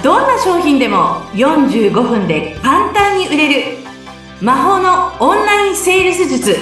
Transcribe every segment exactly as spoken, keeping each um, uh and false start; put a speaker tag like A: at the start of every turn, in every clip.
A: どんな商品でもよんじゅうごふんで簡単に売れる魔法のオンラインセールス術。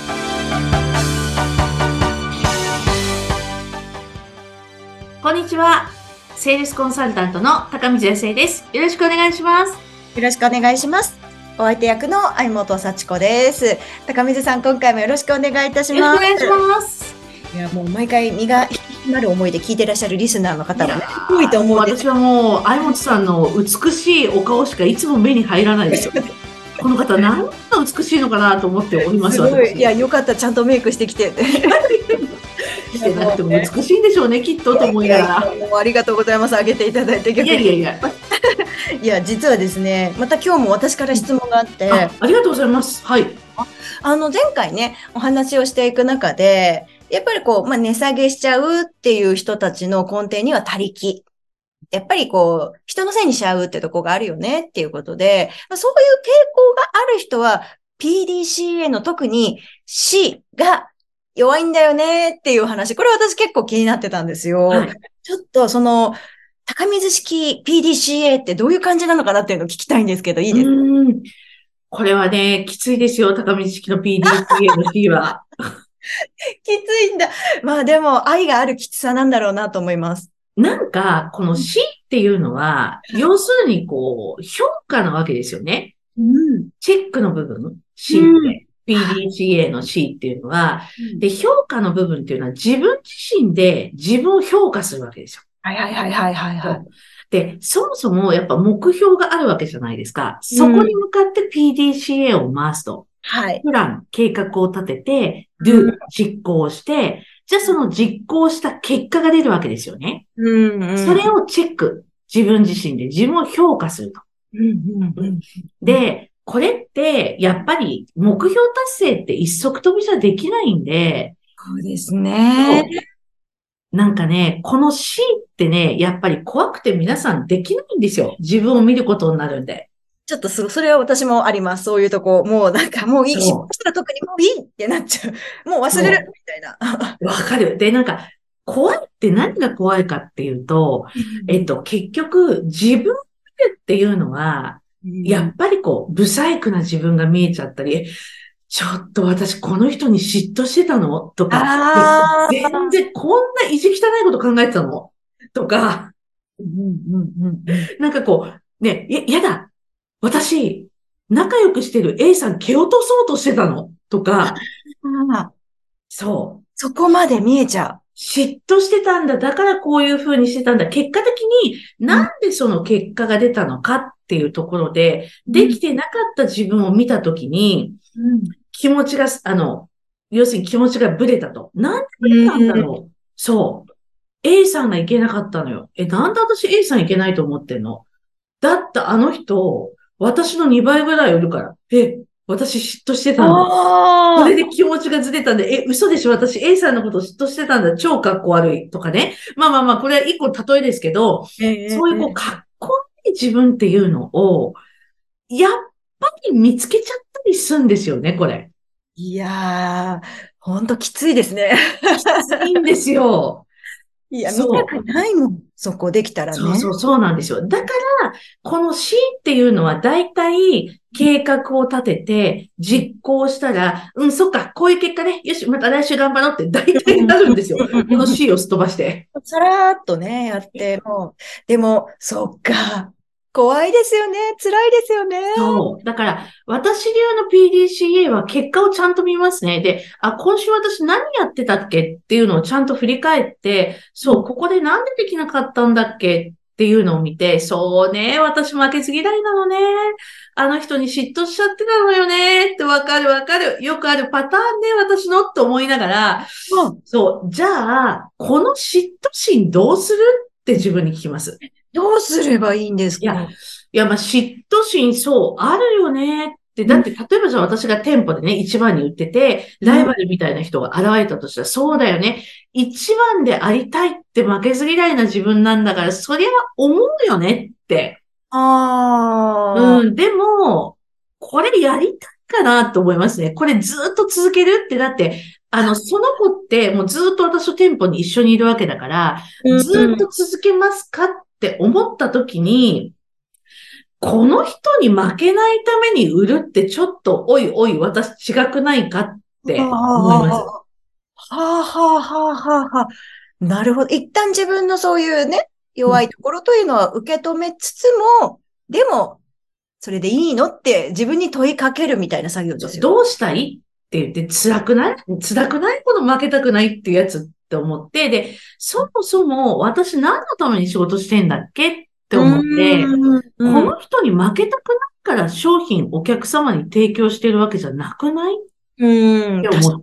A: こんにちは。セールスコンサルタントの高水康生です。よろしくお願いします。
B: よろしくお願いします。お相手役の相本幸子です。高水さん、今回もよろしくお願いいたします。
A: よろしくお願いします。
B: いや、もう毎回身が引き締まる思いで聞いてらっしゃるリスナーの方もね、多いと思うんです。
A: 私はもう相本さんの美しいお顔しかいつも目に入らないですよ。この方何が美しいのかなと思っております。
B: すごい。いや、よかった。ちゃんとメイクしてきて。
A: してなくても美しいんでしょうね、きっとと思いながら。
B: もうありがとうございます。あげていただいて。
A: いやいやいや。
B: いや、実はですね、また今日も私から質問があって。
A: あ、ありがとうございます。はい。
B: あの、前回ね、お話をしていく中で、やっぱりこう、まあ、値下げしちゃうっていう人たちの根底には他力。やっぱりこう、人のせいにしちゃうってとこがあるよねっていうことで、まあ、そういう傾向がある人は ピーディーシーエー の特に C が弱いんだよねっていう話。これ私結構気になってたんですよ。はい、ちょっとその、高水式 ピーディーシーエー ってどういう感じなのかなっていうのを聞きたいんですけど、いいですか？
A: うん。これはね、きついですよ、高水式の ピーディーシーエー の C は。
B: きついんだ。まあでも愛があるきつさなんだろうなと思います。
A: なんか、この C っていうのは、要するにこう、評価なわけですよね。うん、チェックの部分、C って、うん、ピーディーシーエー の C っていうのは、うん、で、評価の部分っていうのは自分自身で自分を評価するわけですよ。
B: はいはいはいはいはい、はい。
A: で、そもそもやっぱ目標があるわけじゃないですか。そこに向かって ピーディーシーエー を回すと。はい。プラン、計画を立てて、do、実行して、じゃあその実行した結果が出るわけですよね。うんうん、それをチェック。自分自身で自分を評価すると。うんうんうん、で、これって、やっぱり目標達成って一足飛びじゃできないんで。
B: そうですね。
A: なんかね、この C ってね、やっぱり怖くて皆さんできないんですよ。自分を見ることになるんで。
B: ちょっとそ、それは私もあります。そういうとこ。もうなんかもういい。失敗したら特にもういいってなっちゃう。もう忘れるみたいな。
A: わかる。で、なんか、怖いって何が怖いかっていうと、えっと、結局、自分を見るっていうのは、やっぱりこう、不細工な自分が見えちゃったり、ちょっと私この人に嫉妬してたのとか、全然こんな意地汚いこと考えてたのとか、なんかこう、ね、や、やだ。私、仲良くしてる A さん蹴落とそうとしてたのとか、そう。
B: そこまで見えちゃう。
A: 嫉妬してたんだ。だからこういう風にしてたんだ。結果的になんでその結果が出たのかっていうところで、うん、できてなかった自分を見たときに、うん、気持ちが、あの、要するに気持ちがブレたと。なんでブレたんだろう、うん、そう。A さんがいけなかったのよ。え、なんで私 A さんいけないと思ってんの？だってあの人、私のにばいぐらい売るから。え、私嫉妬してたんだ。それで気持ちがずれたんで、え、嘘でしょ？私 A さんのこと嫉妬してたんだ。超かっこ悪いとかね。まあまあまあ、これは一個例えですけど、えー、そういうこう、かっこいい自分っていうのを、やっぱり見つけちゃったりするんですよね、これ。
B: いやー、ほんときついですね。
A: きついんですよ。
B: いや、見たくないもん。そこできたらね。
A: そうそう、そうなんですよ。だから、この C っていうのは大体計画を立てて実行したら、うん、そっか、こういう結果ね、よし、また来週頑張ろうって大体なるんですよ。この C をすっ飛ばして。
B: さらーっとね、やって、もう、でも、そっか。怖いですよね。辛いですよね。
A: そう。だから、私流の ピーディーシーエー は結果をちゃんと見ますね。で、あ、今週私何やってたっけっていうのをちゃんと振り返って、そう、ここでなんでできなかったんだっけっていうのを見て、そうね、私負けず嫌いなのね。あの人に嫉妬しちゃってたのよね。ってわかるわかる。よくあるパターンね、私のって思いながら、うん、そう、じゃあ、この嫉妬心どうするって自分に聞きます。
B: どうすればいいんですか？
A: いや、いや、まあ、嫉妬心、そう、あるよねって。だって、例えばじゃあ私が店舗でね、一番に売ってて、ライバルみたいな人が現れたとしたら、そうだよね。一番でありたいって負けず嫌いな自分なんだから、そりゃ思うよねって。ああ。うん、でも、これやりたいかなと思いますね。これずっと続けるって、だって、あの、その子ってもうずっと私と店舗に一緒にいるわけだから、ずっと続けますかっって思った時に、この人に負けないために売るってちょっと、おいおい、私違くないかって思います。
B: はあ、はあ、はあ、はあ、はあ、はあ。なるほど。一旦自分のそういうね、弱いところというのは受け止めつつも、でも、それでいいのって自分に問いかけるみたいな作業ですよ。
A: どうしたいって言って、辛くない辛くないほど負けたくないっていうやつって思って、で、そもそも私何のために仕事してんだっけって
B: う
A: 思って、
B: ーん、
A: こ
B: うん、
A: の人に負けたくないから商品お客様に提供してるわけじゃなくないっ
B: うん、
A: て思って、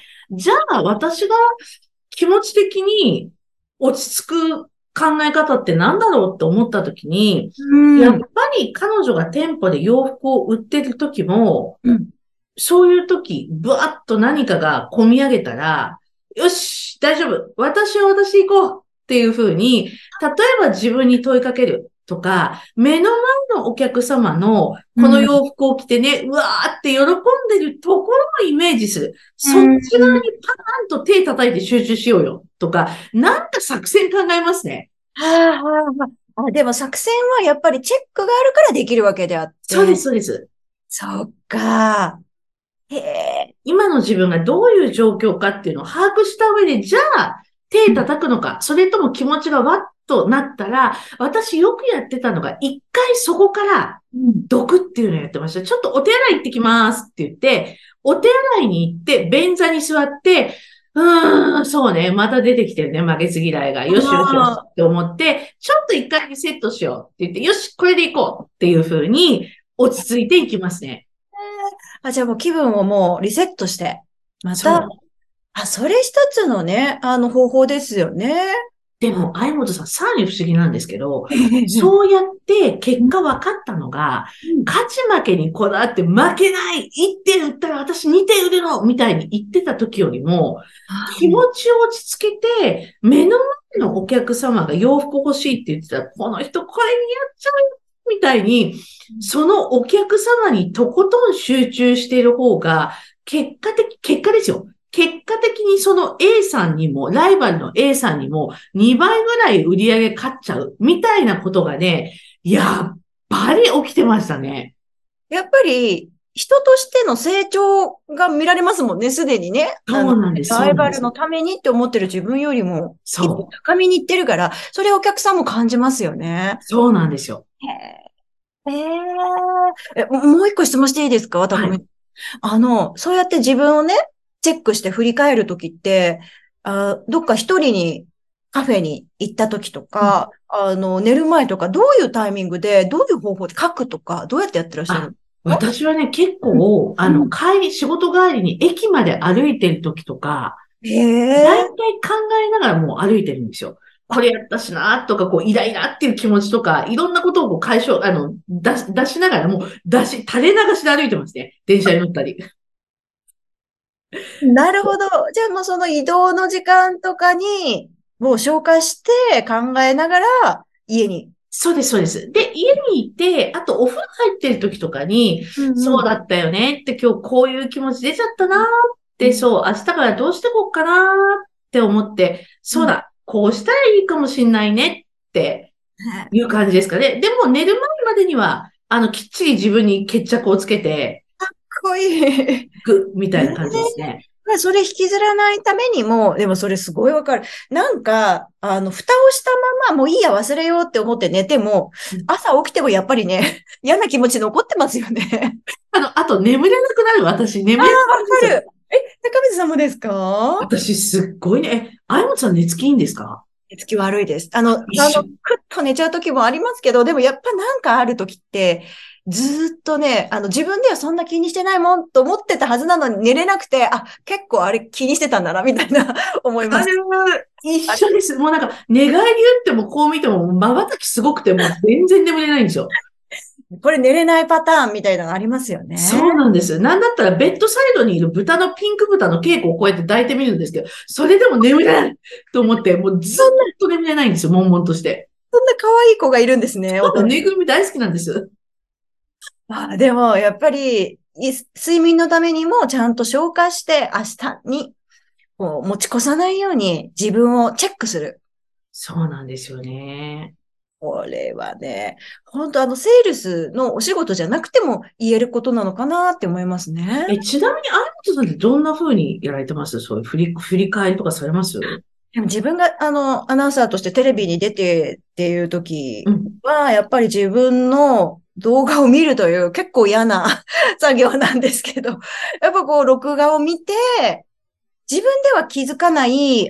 A: じゃあ私が気持ち的に落ち着く考え方って何だろうって思った時に、やっぱ
B: うん、
A: り彼女が店舗で洋服を売ってる時も、
B: うん。
A: そういう時、ぶわっと何かが込み上げたら、よし、大丈夫。私は私で行こうっていう風に、例えば自分に問いかけるとか、目の前のお客様のこの洋服を着てね、うわーって喜んでるところをイメージする。そっち側にパーンと手叩いて集中しようよとか、なんか作戦考えますね。
B: はあ、はあ、はあ。あ、でも作戦はやっぱりチェックがあるからできるわけであって。
A: そうです、そうです。
B: そっか。へえ。
A: 今の自分がどういう状況かっていうのを把握した上で、じゃあ、手叩くのか、それとも気持ちがわっとなったら、私よくやってたのが、一回そこから、毒っていうのをやってました。ちょっとお手洗い行ってきますって言って、お手洗いに行って、便座に座って、うーん、そうね、また出てきてるね、負けず嫌いが。よしよしよし
B: あ
A: って思って、ちょっと一回リセットしようって言って、よし、これで行こうっていう風に落ち着いていきますね。
B: あ、じゃあもう気分をもうリセットして、また、
A: そう。
B: あ、それ一つのね、あの方法ですよね。
A: でも、相本さん、さらに不思議なんですけど、
B: ええ、
A: そうやって結果分かったのが、勝ち負けにこだわって負けない !いってん打ったら私にてん売るのみたいに言ってた時よりも、気持ちを落ち着けて、目の前のお客様が洋服欲しいって言ってたら、この人これにやっちゃうよみたいに、そのお客様にとことん集中している方が、結果的、結果ですよ。結果的にその A さんにも、ライバルの A さんにもにばいぐらい売り上げ勝っちゃうみたいなことがね、やっぱり起きてましたね。
B: やっぱり、人としての成長が見られますもんね、すでにね。あの、
A: そうなんです、そ
B: ライバルの
A: うなんです。
B: ためにって思ってる自分よりも、一歩
A: そう。
B: 高みに行ってるから、それをお客さんも感じますよね。
A: そうなんですよ。
B: へえ。え、もう一個質問していいですか、
A: はい。
B: 高見。あの、そうやって自分をね、チェックして振り返るときって、あ、どっか一人にカフェに行ったときと
A: うん、
B: か、あの、寝る前とか、どういうタイミングで、どういう方法で書くとか、どうやってやってらっしゃるん
A: あ、
B: ですか？
A: 私はね、結
B: うん。
A: 構、あの、
B: うん。
A: 帰り、仕事帰りに駅まで歩いてる時とか、
B: へ
A: 大体
B: え。
A: 考えながらもう歩いてるんですよ。こ
B: あ、
A: れやったしな、とか、こう、イライラっていう気持ちとか、いろんなことをこう解消、あの、出し、出しながら、もう、出し、垂れ流しで歩いてますね。電車に乗ったり。
B: なるほど。じゃあもうその移動の時間とかに、もう消化して考えながら、家に。
A: そうです、そうです。で、家にいて、あとお風呂入ってる時とかに、
B: うんうん。
A: そうだったよねって今日こういう気持ち出ちゃったなーっ
B: うん。
A: て、そう、明日からどうしてこっかなーって思って、
B: うん。
A: そうだ、こうしたらいいかもしんないねっていう感じですかね。でも寝る前までには、あの、きっちり自分に決着をつけて
B: かっこいい。
A: いくみたい
B: ね
A: な感じですね。
B: え。それ引きずらないためにも、でもそれすごいわかる。なんか、あの、蓋をしたまま、もういいや、忘れようって思って寝ても、朝起きてもやっぱりね、嫌な気持ち残ってますよね。
A: あの、あと眠れなくなる私、
B: ああ、
A: 眠れなくな
B: わ
A: るんですよ。
B: かる。え、高水さんもですか？
A: 私すっごいね。え、あいもつさん寝つきいいんですか？
B: 寝つき悪いです。あの、あの、
A: 一緒。
B: くっと寝ちゃう時もありますけど、でもやっぱなんかある時って、ずーっとね、あの、自分ではそんな気にしてないもんと思ってたはずなのに寝れなくて、あ、結構あれ気にしてたんだな、みたいな思い
A: あ
B: ます。
A: る、一
B: あ、
A: 緒です。もうなんか、寝返り打ってもこう見ても、瞬きすごくて、もう全然眠れないんですよ。
B: これ寝れないパターンみたいなのありますよね。
A: そうなんです。なんだったらベッドサイドにいる豚のピンク豚の稽古をこうやって抱いてみるんですけど、それでも眠れないと思って、もうずっ
B: そんな、
A: と眠れないんですよ、悶々として。
B: そんな可愛い子がいるんですね、
A: 多分、
B: 大人。
A: ぬいぐるみ大好きなんです。
B: あ、でも、やっぱり、い睡眠のためにもちゃんと消化して、明日に、こう、持ち越さないように自分をチェックする。
A: そうなんですよね。
B: これはね、本当あの、セールスのお仕事じゃなくても言えることなのかなって思いますね。
A: え、ちなみに、あやとさんってどんな風にやられてます？そういう振り、振り返りとかされます？
B: でも自分があの、アナウンサーとしてテレビに出てっていう時
A: うん。
B: は、やっぱり自分の動画を見るという結構嫌な作業なんですけど、やっぱこう、録画を見て、自分では気づかない、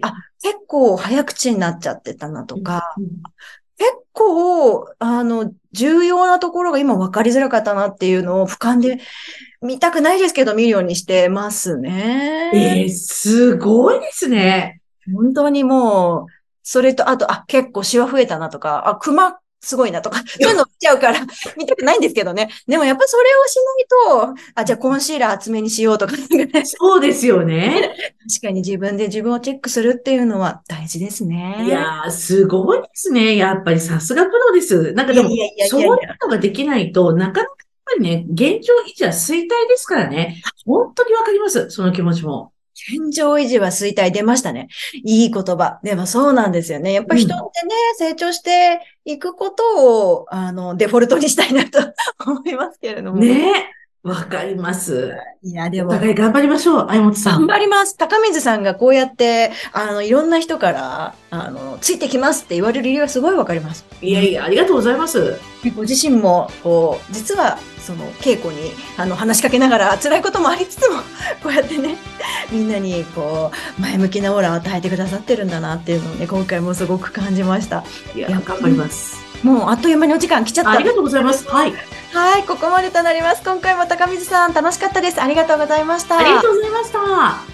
B: あ、結構早口になっちゃってたなと
A: うん。
B: か、
A: うん。
B: 結構、あの、重要なところが今分かりづらかったなっていうのを俯瞰で見たくないですけど見るようにしてますね。
A: えー、すごいですね。
B: 本当にもう、それと、あと、あ、結構シワ増えたなとか、あ、クマすごいなとか、そういうの見ちゃうから見たくないんですけどね。でもやっぱそれをしないと、あ、じゃあコンシーラー厚めにしようとか、ね、
A: そうですよね。
B: 確かに自分で自分をチェックするっていうのは大事ですね。
A: いやー、すごいですね。やっぱりさすがプロです。なんかでも、
B: いやいやいやいや
A: そういう
B: いや。
A: のができないとなかなかやっぱりね、現状維持は衰退ですからね。本当にわかります。その気持ちも。
B: 現状維持は衰退出ましたね。いい言葉。でもそうなんですよね。やっぱ
A: うん。
B: 人ってね、成長していくことを、あの、デフォルトにしたいなと思いますけれども。
A: ねえ。わかります。
B: いや、で
A: お
B: も、
A: 互い頑張りましょう。相本さ
B: 頑
A: ん。
B: 張ります。高水さんがこうやって、あの、いろんな人から、あの、ついてきますって言われる理由はすごいわかります。うん。
A: いやいや、ありがとうございます。
B: ご自身も、こう、実は、その、稽古に、あの、話しかけながら、辛いこともありつつも、こうやってね、みんなに、こう、前向きなオーラを与えてくださってるんだなっていうのをね、今回もすごく感じました。
A: いや、
B: いや、
A: 頑張ります。
B: もう、あっという間にお時間来ちゃった。
A: ありがとうございます。はい。
B: はい、ここまでとなります。今回も高水さん、楽しかったです。ありがとうございまし
A: ありが
B: た。
A: とうございました。